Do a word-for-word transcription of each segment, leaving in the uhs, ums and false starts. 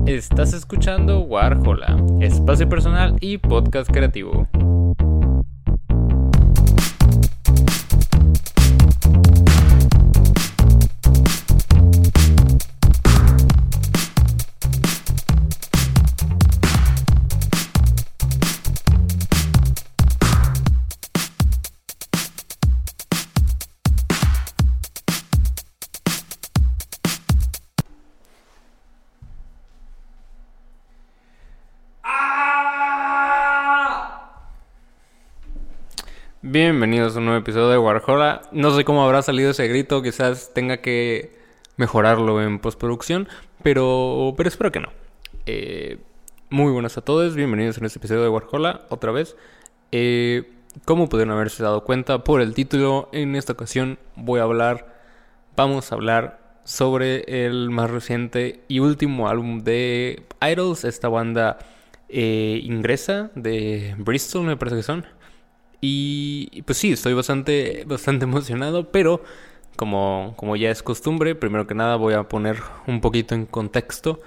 Estás escuchando Warhola, espacio personal y podcast creativo. Bienvenidos a un nuevo episodio de Warhola. No sé cómo habrá salido ese grito, quizás tenga que mejorarlo en postproducción, pero, pero espero que no. Eh, muy buenas a todos, bienvenidos a este episodio de Warhola, otra vez. Eh, como pudieron haberse dado cuenta por el título, en esta ocasión voy a hablar, vamos a hablar sobre el más reciente y último álbum de IDLES, esta banda eh, inglesa de Bristol, me parece que son. Y pues sí, estoy bastante, bastante emocionado, pero como, como ya es costumbre, primero que nada voy a poner un poquito en contexto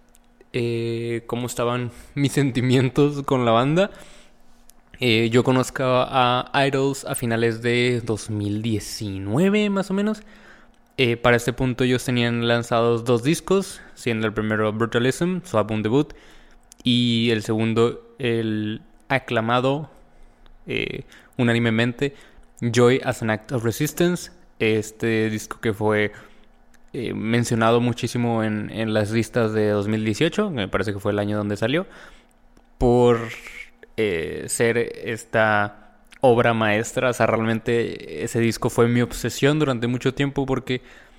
eh, cómo estaban mis sentimientos con la banda. Eh, yo conozco a IDLES a finales de dos mil diecinueve, más o menos. Eh, para este punto ellos tenían lanzados dos discos, siendo el primero Brutalism, su álbum debut, y el segundo, el aclamado Eh, unánimemente Joy as an Act of Resistance, este disco que fue eh, mencionado muchísimo en, en las listas de dos mil dieciocho, me parece que fue el año donde salió, por eh, ser esta obra maestra. O sea, realmente ese disco fue mi obsesión durante mucho tiempo porque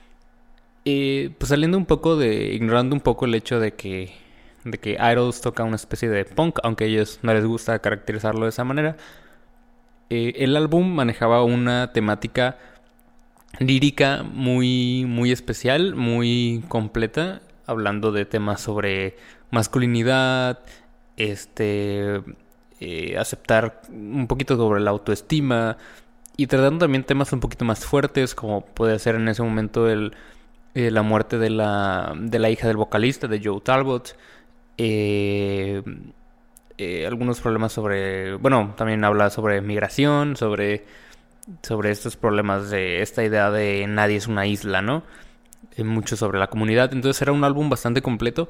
eh, pues saliendo un poco de, ignorando un poco el hecho de que de que IDLES toca una especie de punk, aunque a ellos no les gusta caracterizarlo de esa manera. Eh, el álbum manejaba una temática lírica muy, muy especial, muy completa, hablando de temas sobre masculinidad, este, eh, aceptar un poquito sobre la autoestima y tratando también temas un poquito más fuertes, como puede ser en ese momento el, eh, la muerte de la, de la hija del vocalista, de Joe Talbot. Eh... Eh, algunos problemas sobre, bueno, también habla sobre migración, sobre, sobre estos problemas de esta idea de nadie es una isla, ¿no? Eh, mucho sobre la comunidad. Entonces era un álbum bastante completo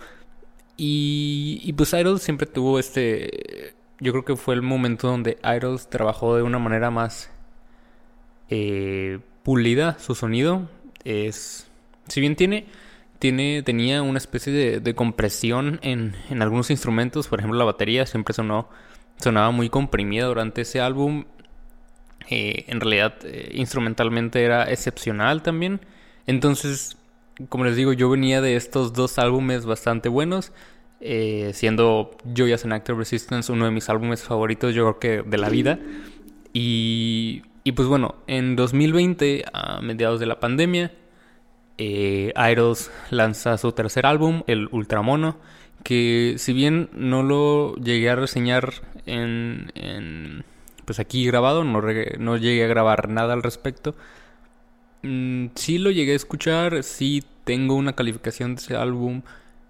y, y pues IDLES siempre tuvo este, yo creo que fue el momento donde IDLES trabajó de una manera más eh, pulida su sonido. Es, si bien tiene Tiene, tenía una especie de, de compresión en, en algunos instrumentos. Por ejemplo, la batería siempre sonó, sonaba muy comprimida durante ese álbum. Eh, en realidad, eh, instrumentalmente era excepcional también. Entonces, como les digo, yo venía de estos dos álbumes bastante buenos. Eh, siendo Joy as an Act of Resistance uno de mis álbumes favoritos, yo creo que de la vida. Y, y pues bueno, en dos mil veinte, a mediados de la pandemia, Eh, IDLES lanza su tercer álbum, el Ultramono, que si bien no lo llegué a reseñar en, en pues aquí grabado, no, re, no llegué a grabar nada al respecto. Mm, sí lo llegué a escuchar, sí tengo una calificación de ese álbum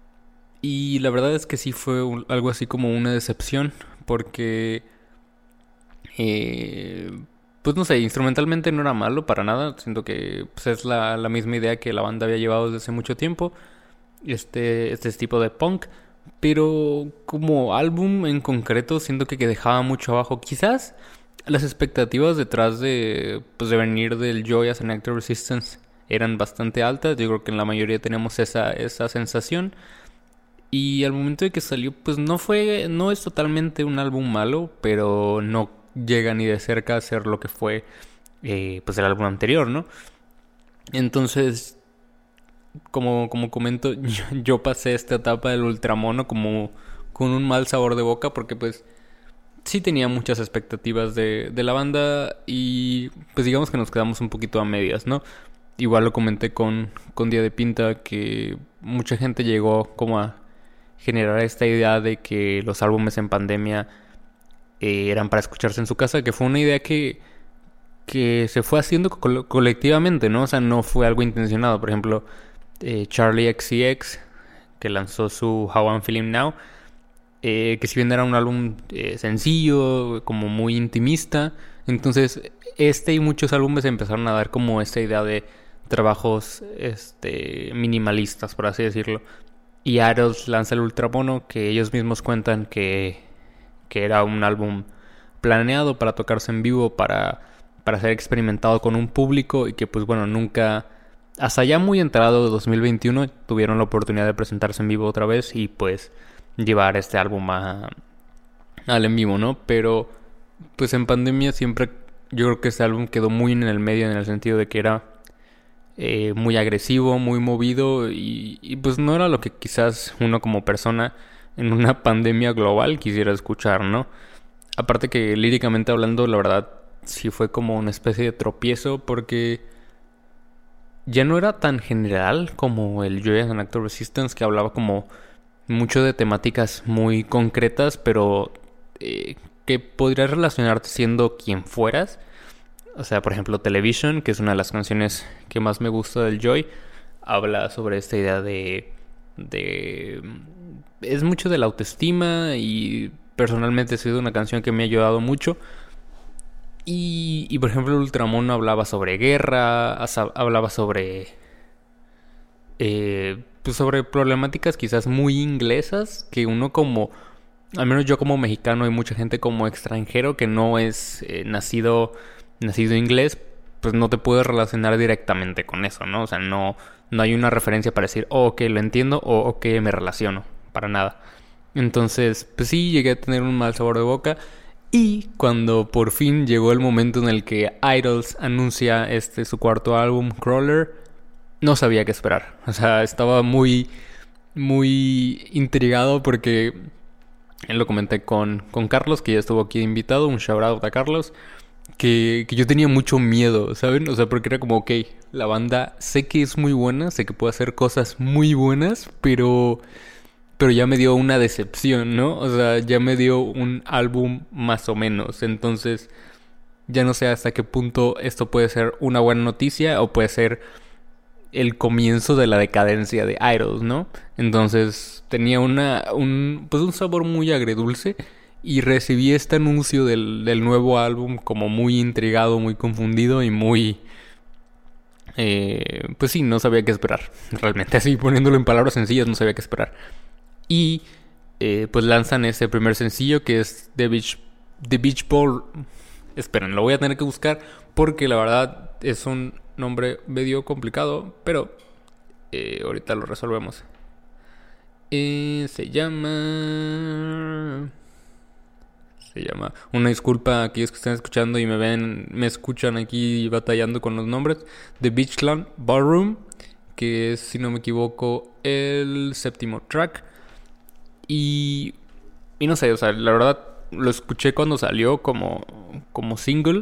y la verdad es que sí fue un, algo así como una decepción porque eh, pues no sé, instrumentalmente no era malo para nada. Siento que pues, es la, la misma idea que la banda había llevado desde hace mucho tiempo. Este, este tipo de punk. Pero como álbum en concreto siento que, que dejaba mucho abajo. Quizás las expectativas detrás de, pues, de venir del Joy as an Act of Resistance eran bastante altas. Yo creo que en la mayoría tenemos esa, esa sensación. Y al momento de que salió, pues no fue, no es totalmente un álbum malo, pero no llega ni de cerca a ser lo que fue eh, pues el álbum anterior, ¿no? Entonces, como, como comento, yo, yo pasé esta etapa del Ultramono como con un mal sabor de boca porque pues sí tenía muchas expectativas de, de la banda y pues digamos que nos quedamos un poquito a medias, ¿no? Igual lo comenté con, con Día de Pinta que mucha gente llegó como a generar esta idea de que los álbumes en pandemia Eh, eran para escucharse en su casa, que fue una idea que, que se fue haciendo co- colectivamente, ¿no? O sea, no fue algo intencionado. Por ejemplo, eh, Charlie X C X, que lanzó su How I'm Feeling Now, eh, que si bien era un álbum eh, sencillo, como muy intimista, entonces este y muchos álbumes empezaron a dar como esta idea de trabajos este, minimalistas, por así decirlo. Y Idols lanza el Ultramono, que ellos mismos cuentan que, que era un álbum planeado para tocarse en vivo, para, para ser experimentado con un público, y que pues bueno, nunca, hasta ya muy entrado dos mil veintiuno, tuvieron la oportunidad de presentarse en vivo otra vez y pues llevar este álbum a, al en vivo, ¿no? Pero pues en pandemia siempre yo creo que este álbum quedó muy en el medio, en el sentido de que era eh, muy agresivo, muy movido, y, y pues no era lo que quizás uno como persona en una pandemia global quisiera escuchar, ¿no? Aparte que líricamente hablando, la verdad sí fue como una especie de tropiezo, porque ya no era tan general como el Joy as an Act of Resistance, que hablaba como mucho de temáticas muy concretas, pero eh, que podrías relacionarte siendo quien fueras. O sea, por ejemplo, Television, que es una de las canciones que más me gusta del Joy, habla sobre esta idea de... de es mucho de la autoestima, y personalmente ha sido una canción que me ha ayudado mucho. Y, y por ejemplo, Ultramono hablaba sobre guerra, hablaba sobre... Eh, pues sobre problemáticas quizás muy inglesas, que uno como... Al menos yo como mexicano y mucha gente como extranjero que no es eh, nacido... nacido inglés, pues no te puedes relacionar directamente con eso, ¿no? O sea, no, no hay una referencia para decir, oh, ok, lo entiendo, o ok, me relaciono, para nada. Entonces, pues sí, llegué a tener un mal sabor de boca. Y cuando por fin llegó el momento en el que Idols anuncia este su cuarto álbum, Crawler, no sabía qué esperar. O sea, estaba muy, muy intrigado porque lo comenté con, con Carlos, que ya estuvo aquí invitado, un shout out a Carlos. Que, que yo tenía mucho miedo, ¿saben? O sea, porque era como, ok, la banda sé que es muy buena, sé que puede hacer cosas muy buenas, pero, pero ya me dio una decepción, ¿no? O sea, ya me dio un álbum más o menos. Entonces, ya no sé hasta qué punto esto puede ser una buena noticia o puede ser el comienzo de la decadencia de Idols, ¿no? Entonces, tenía una, un, pues un sabor muy agridulce. Y recibí este anuncio del, del nuevo álbum como muy intrigado, muy confundido y muy... Eh, pues sí, no sabía qué esperar. Realmente así, poniéndolo en palabras sencillas, no sabía qué esperar. Y eh, pues lanzan ese primer sencillo que es The Beach, The Beach Ball. Esperen, lo voy a tener que buscar porque la verdad es un nombre medio complicado, pero eh, ahorita lo resolvemos. Eh, se llama... Se llama. Una disculpa a aquellos que están escuchando y me ven, me escuchan aquí batallando con los nombres. The Beachland Ballroom, que es, si no me equivoco, el séptimo track. Y, y no sé, o sea, la verdad lo escuché cuando salió como, como single.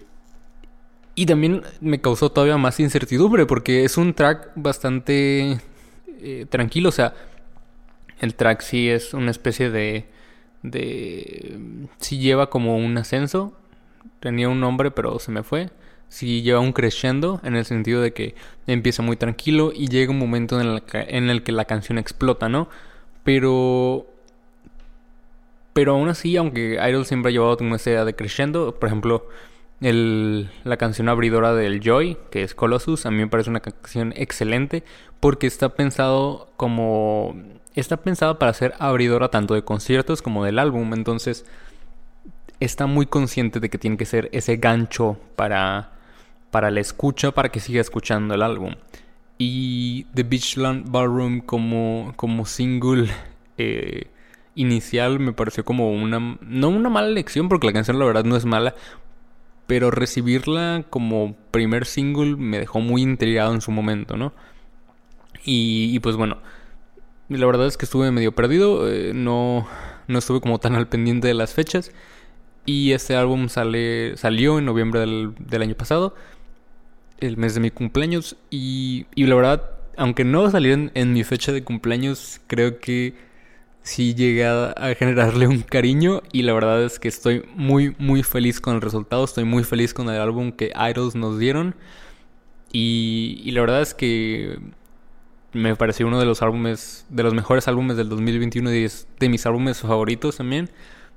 Y también me causó todavía más incertidumbre porque es un track bastante eh, tranquilo. O sea, el track sí es una especie de... de si lleva como un ascenso, tenía un nombre pero se me fue, si lleva un crescendo en el sentido de que empieza muy tranquilo y llega un momento en el que, en el que la canción explota, ¿no? Pero pero aún así, aunque Idol siempre ha llevado una idea de crescendo, por ejemplo, el, la canción abridora del Joy, que es Colossus, a mí me parece una canción excelente porque está pensado como... está pensada para ser abridora tanto de conciertos como del álbum. Entonces está muy consciente de que tiene que ser ese gancho para, para la escucha, para que siga escuchando el álbum. Y The Beachland Ballroom como, como single eh, inicial me pareció como una... no una mala elección, porque la canción la verdad no es mala, pero recibirla como primer single me dejó muy intrigado en su momento, ¿no? Y, y pues bueno... la verdad es que estuve medio perdido, eh, no, no estuve como tan al pendiente de las fechas. Y este álbum sale, salió en noviembre del, del año pasado, el mes de mi cumpleaños. Y, y la verdad, aunque no va a salir en, en mi fecha de cumpleaños, creo que sí llegué a, a generarle un cariño. Y la verdad es que estoy muy, muy feliz con el resultado. Estoy muy feliz con el álbum que Idols nos dieron. Y, y la verdad es que... me pareció uno de los álbumes, de los mejores álbumes del dos mil veintiuno y es de mis álbumes favoritos también.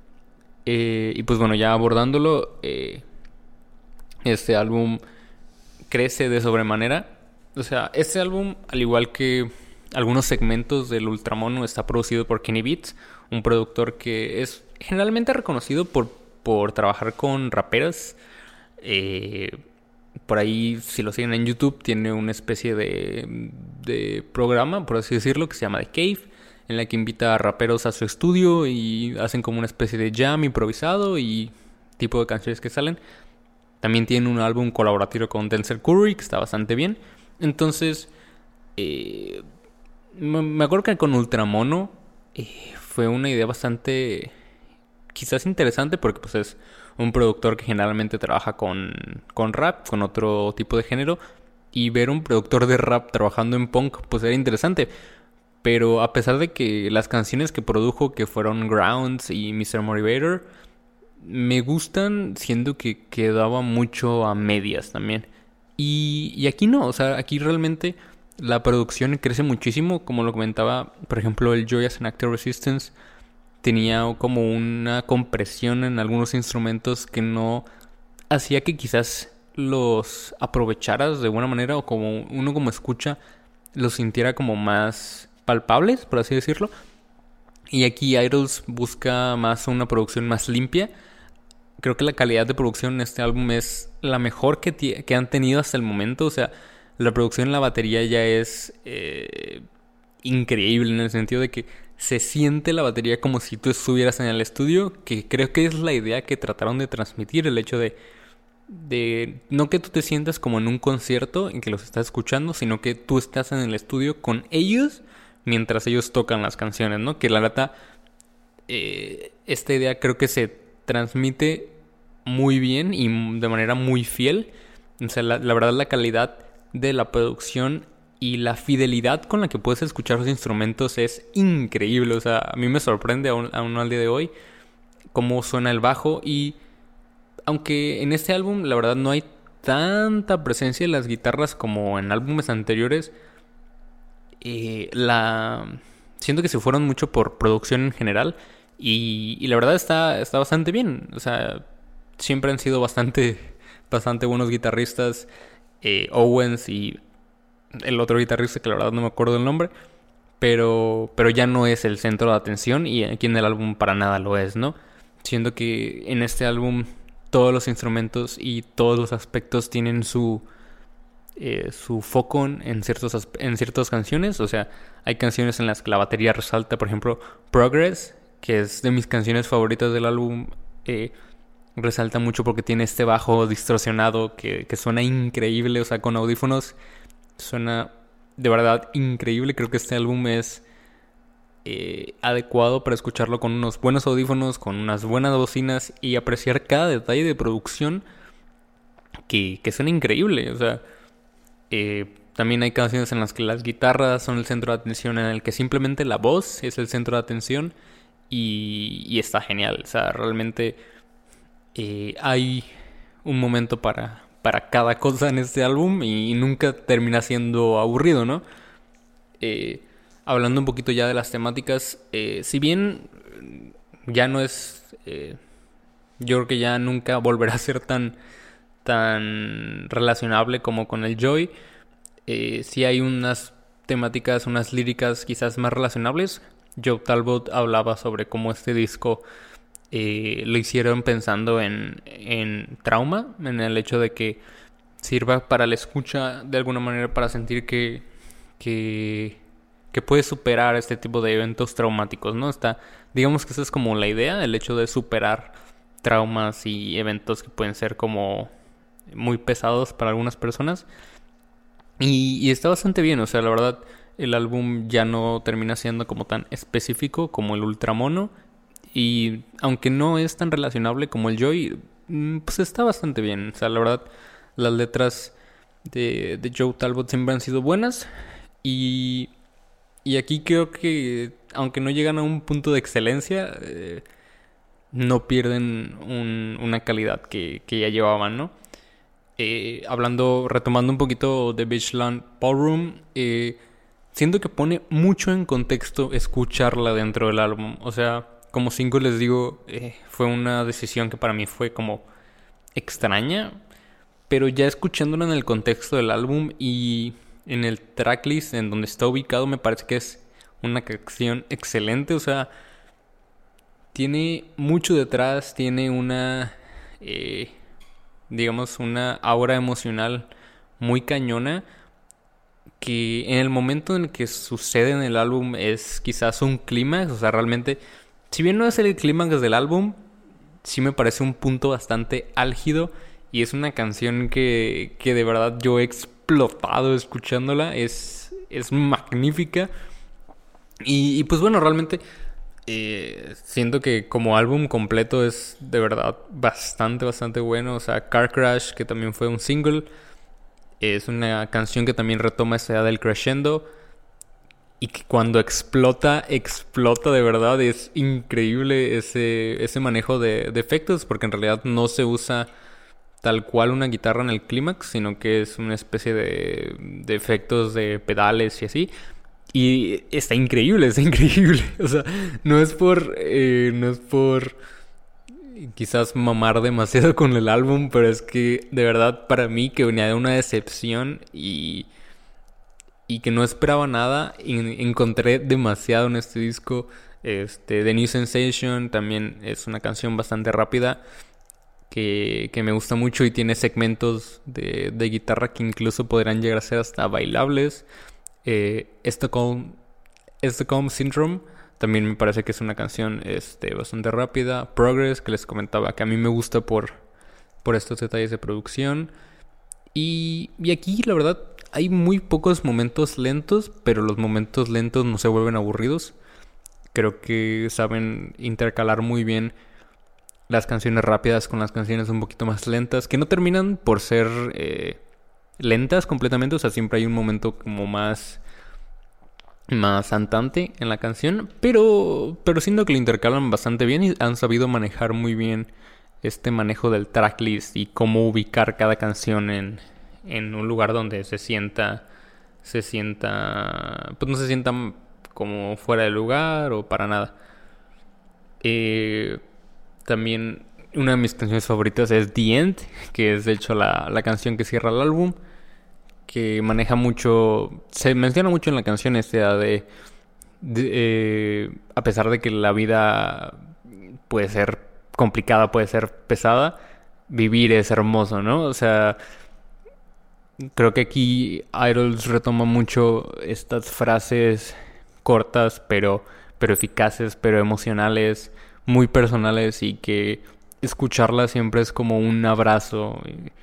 Eh, y pues bueno, ya abordándolo, eh, este álbum crece de sobremanera. O sea, este álbum, al igual que algunos segmentos del Ultramono, está producido por Kenny Beats, un productor que es generalmente reconocido por, por trabajar con raperas. Eh, por ahí, si lo siguen en YouTube, tiene una especie de, de programa, por así decirlo, que se llama The Cave, en la que invita a raperos a su estudio y hacen como una especie de jam improvisado y tipo de canciones que salen. También tiene un álbum colaborativo con Denzel Curry, que está bastante bien. Entonces, eh, me acuerdo que con Ultramono eh, fue una idea bastante, quizás interesante, porque pues es un productor que generalmente trabaja con, con rap, con otro tipo de género. Y ver un productor de rap trabajando en punk, pues era interesante. Pero a pesar de que las canciones que produjo, que fueron Grounds y mister Motivator, me gustan, siendo que quedaba mucho a medias también. Y, y aquí no, o sea, aquí realmente la producción crece muchísimo. Como lo comentaba, por ejemplo, el Joy as an Active Resistance tenía como una compresión en algunos instrumentos que no hacía que quizás los aprovecharas de buena manera, o como uno como escucha los sintiera como más palpables, por así decirlo. Y aquí Idols busca más una producción más limpia. Creo que la calidad de producción en este álbum es la mejor que, t- que han tenido hasta el momento. O sea, la producción en la batería ya es eh, increíble, en el sentido de que se siente la batería como si tú estuvieras en el estudio, que creo que es la idea que trataron de transmitir, el hecho de, de no que tú te sientas como en un concierto en que los estás escuchando, sino que tú estás en el estudio con ellos mientras ellos tocan las canciones, ¿no? Que la neta, eh, esta idea creo que se transmite muy bien y de manera muy fiel. O sea, la, la verdad, la calidad de la producción y la fidelidad con la que puedes escuchar los instrumentos es increíble. O sea, a mí me sorprende aún, aún al día de hoy cómo suena el bajo. Y aunque en este álbum la verdad no hay tanta presencia de las guitarras como en álbumes anteriores, eh, la siento que se fueron mucho por producción en general. Y, y la verdad está, está bastante bien. O sea, siempre han sido bastante, bastante buenos guitarristas. Eh, Owens y el otro guitarrista, que la verdad no me acuerdo el nombre. Pero, pero ya no es el centro de atención. Y aquí en el álbum para nada lo es, ¿no? Siendo que en este álbum todos los instrumentos y todos los aspectos tienen su... Eh, su foco en ciertos en ciertas canciones. O sea, hay canciones en las que la batería resalta. Por ejemplo, Progress, que es de mis canciones favoritas del álbum, eh, resalta mucho porque tiene este bajo distorsionado que, que suena increíble. O sea, con audífonos suena de verdad increíble. Creo que este álbum es eh, adecuado para escucharlo con unos buenos audífonos, con unas buenas bocinas, y apreciar cada detalle de producción que, que suena increíble. O sea, eh, también hay canciones en las que las guitarras son el centro de atención, en el que simplemente la voz es el centro de atención. Y, y está genial. O sea, realmente eh, hay un momento para, para cada cosa en este álbum y nunca termina siendo aburrido, ¿no? Eh, hablando un poquito ya de las temáticas, eh, si bien ya no es... Eh, yo creo que ya nunca volverá a ser tan, tan relacionable como con el Joy. Eh, sí hay unas temáticas, unas líricas quizás más relacionables. Joe Talbot hablaba sobre cómo este disco eh, lo hicieron pensando en, en trauma, en el hecho de que sirva para la escucha de alguna manera, para sentir que, que, que puedes superar este tipo de eventos traumáticos, ¿no? Está, digamos que esa es como la idea, el hecho de superar traumas y eventos que pueden ser como muy pesados para algunas personas. Y, y está bastante bien, o sea, la verdad, el álbum ya no termina siendo como tan específico como el Ultramono. Y aunque no es tan relacionable como el Joy, pues está bastante bien. O sea, la verdad, las letras de, de Joe Talbot siempre han sido buenas. Y, y aquí creo que, aunque no llegan a un punto de excelencia, eh, no pierden un, una calidad que, que ya llevaban, ¿no? Eh, hablando, retomando un poquito de Beachland Ballroom, eh, siento que pone mucho en contexto escucharla dentro del álbum. O sea, como cinco les digo, eh, fue una decisión que para mí fue como extraña, pero ya escuchándola en el contexto del álbum y en el tracklist en donde está ubicado, me parece que es una canción excelente. O sea, tiene mucho detrás, tiene una, eh, digamos, una aura emocional muy cañona, que en el momento en el que sucede en el álbum es quizás un clímax. O sea, realmente, si bien no es el clímax del álbum, sí me parece un punto bastante álgido. Y es una canción que, que de verdad yo he explotado escuchándola. Es, es magnífica. Y, y pues bueno, realmente eh, siento que como álbum completo es de verdad bastante, bastante bueno. O sea, Car Crash, que también fue un single, es una canción que también retoma esa idea del crescendo. Y que cuando explota, explota de verdad. Es increíble ese, ese manejo de, de efectos, porque en realidad no se usa tal cual una guitarra en el clímax, sino que es una especie de, de efectos de pedales y así. Y está increíble, está increíble. O sea, no es por, eh, no es por quizás mamar demasiado con el álbum, pero es que de verdad para mí, que venía de una decepción y, y que no esperaba nada, en, encontré demasiado en este disco. Este, The New Sensation también es una canción bastante rápida que, que me gusta mucho y tiene segmentos de, de guitarra que incluso podrán llegar a ser hasta bailables. Eh, Stockholm, Stockholm Syndrome también me parece que es una canción este, bastante rápida. Progress, que les comentaba, que a mí me gusta por, por estos detalles de producción. Y, y aquí, la verdad, hay muy pocos momentos lentos, pero los momentos lentos no se vuelven aburridos. Creo que saben intercalar muy bien las canciones rápidas con las canciones un poquito más lentas, que no terminan por ser eh, lentas completamente. O sea, siempre hay un momento como más más andante en la canción, pero pero siento que lo intercalan bastante bien y han sabido manejar muy bien este manejo del tracklist y cómo ubicar cada canción en, en un lugar donde se sienta se sienta pues no se sienta como fuera de lugar o para nada. Eh, también una de mis canciones favoritas es The End, que es de hecho la, la canción que cierra el álbum, que maneja mucho, se menciona mucho en la canción esta idea de, de eh, a pesar de que la vida puede ser complicada, puede ser pesada, vivir es hermoso, ¿no? O sea, creo que aquí Idols retoma mucho estas frases cortas, pero, pero eficaces, pero emocionales, muy personales, y que escucharlas siempre es como un abrazo.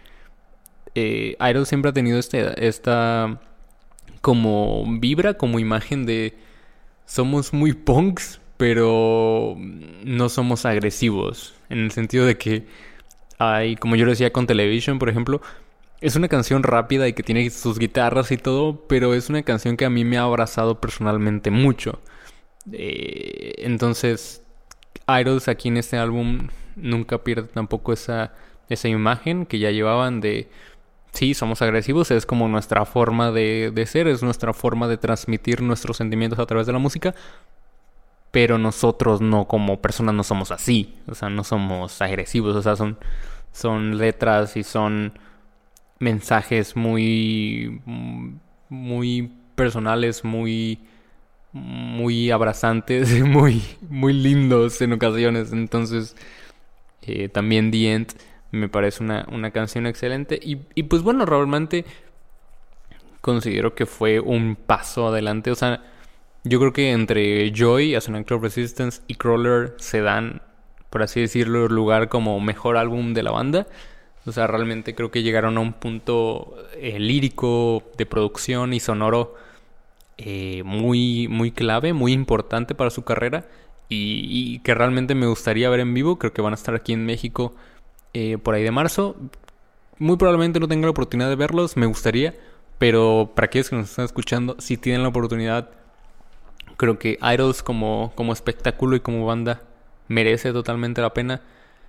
Eh, Idol siempre ha tenido este, esta como vibra, como imagen de somos muy punks, pero no somos agresivos. En el sentido de que hay, como yo decía con Television, por ejemplo, es una canción rápida y que tiene sus guitarras y todo, pero es una canción que a mí me ha abrazado personalmente mucho. Eh, entonces, Idols aquí en este álbum nunca pierde tampoco esa, esa imagen que ya llevaban de sí, somos agresivos, es como nuestra forma de, de ser, es nuestra forma de transmitir nuestros sentimientos a través de la música, pero nosotros no, como personas, no somos así. O sea, no somos agresivos. O sea, son, son letras y son mensajes muy, muy personales, muy, muy abrazantes, muy, muy lindos en ocasiones. Entonces, eh, también The End me parece una, una canción excelente. Y, y pues bueno, realmente considero que fue un paso adelante. O sea, yo creo que entre Joy, As an Act of Resistance y Crawler se dan, por así decirlo, lugar como mejor álbum de la banda. O sea, realmente creo que llegaron a un punto eh, lírico, de producción y sonoro eh, muy, muy clave, muy importante para su carrera. Y, y que realmente me gustaría ver en vivo. Creo que van a estar aquí en México eh, por ahí de marzo. Muy probablemente no tenga la oportunidad de verlos, me gustaría. Pero para aquellos que nos están escuchando, si tienen la oportunidad, creo que Idols como, como espectáculo y como banda merece totalmente la pena.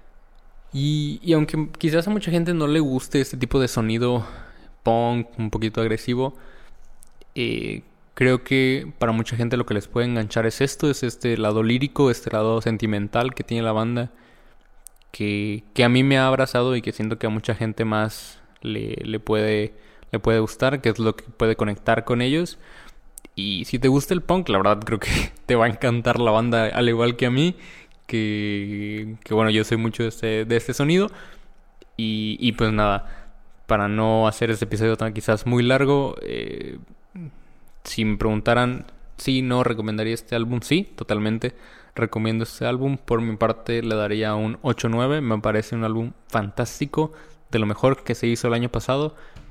Y, y aunque quizás a mucha gente no le guste este tipo de sonido punk, un poquito agresivo, eh, Creo que para mucha gente lo que les puede enganchar es esto, es este lado lírico, este lado sentimental que tiene la banda, que, que a mí me ha abrazado y que siento que a mucha gente más le, le puede, le puede gustar, que es lo que puede conectar con ellos. Y si te gusta el punk, la verdad creo que te va a encantar la banda, al igual que a mí, que, que bueno, yo soy mucho de este, de este sonido. Y, y pues nada, para no hacer este episodio tan quizás muy largo, eh, si me preguntaran si no recomendaría este álbum, sí, totalmente recomiendo este álbum. Por mi parte le daría un ocho nueve, me parece un álbum fantástico, de lo mejor que se hizo el año pasado.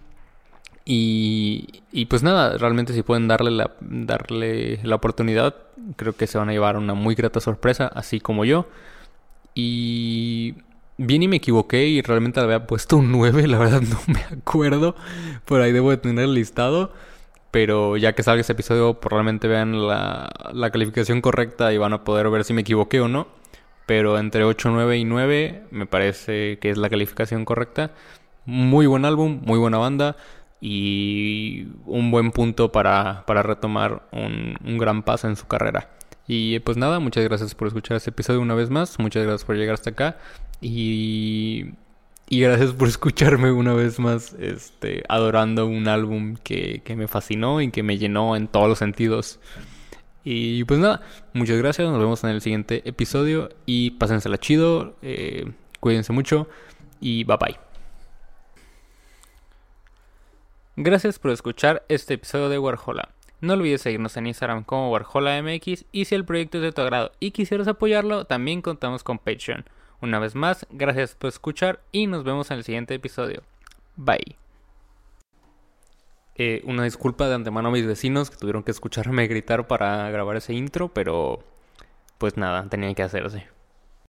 Y, y pues nada, realmente si pueden darle la, darle la oportunidad, creo que se van a llevar una muy grata sorpresa, así como yo. Y bien y me equivoqué y realmente le había puesto un nueve, la verdad no me acuerdo, por ahí debo de tener el listado. Pero ya que salga este episodio, probablemente vean la, la calificación correcta y van a poder ver si me equivoqué o no. Pero entre ocho, nueve y nueve me parece que es la calificación correcta. Muy buen álbum, muy buena banda y un buen punto para, para retomar un, un gran paso en su carrera. Y pues nada, muchas gracias por escuchar este episodio una vez más. Muchas gracias por llegar hasta acá. Y... Y gracias por escucharme una vez más, este, adorando un álbum que, que me fascinó y que me llenó en todos los sentidos. Y pues nada, muchas gracias, nos vemos en el siguiente episodio y pásensela chido, eh, cuídense mucho y bye bye. Gracias por escuchar este episodio de Warhola. No olvides seguirnos en Instagram como WarholaMX y si el proyecto es de tu agrado y quisieras apoyarlo, también contamos con Patreon. Una vez más, gracias por escuchar y nos vemos en el siguiente episodio. Bye. Eh, una disculpa de antemano a mis vecinos que tuvieron que escucharme gritar para grabar ese intro, pero pues nada, tenía que hacerse.